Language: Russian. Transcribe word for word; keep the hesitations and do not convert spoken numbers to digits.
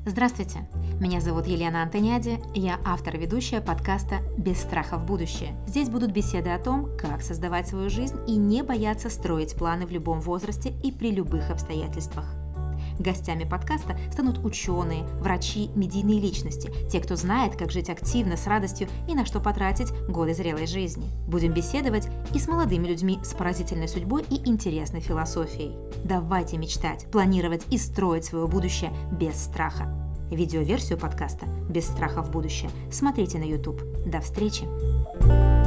Здравствуйте, меня зовут Елена Антониади, я автор и ведущая подкаста «Без страха в будущее». Здесь будут беседы о том, как создавать свою жизнь и не бояться строить планы в любом возрасте и при любых обстоятельствах. Гостями подкаста станут ученые, врачи, медийные личности, те, кто знает, как жить активно, с радостью и на что потратить годы зрелой жизни. Будем беседовать и с молодыми людьми с поразительной судьбой и интересной философией. Давайте мечтать, планировать и строить свое будущее без страха. Видеоверсию подкаста «Без страха в будущее» смотрите на YouTube. До встречи!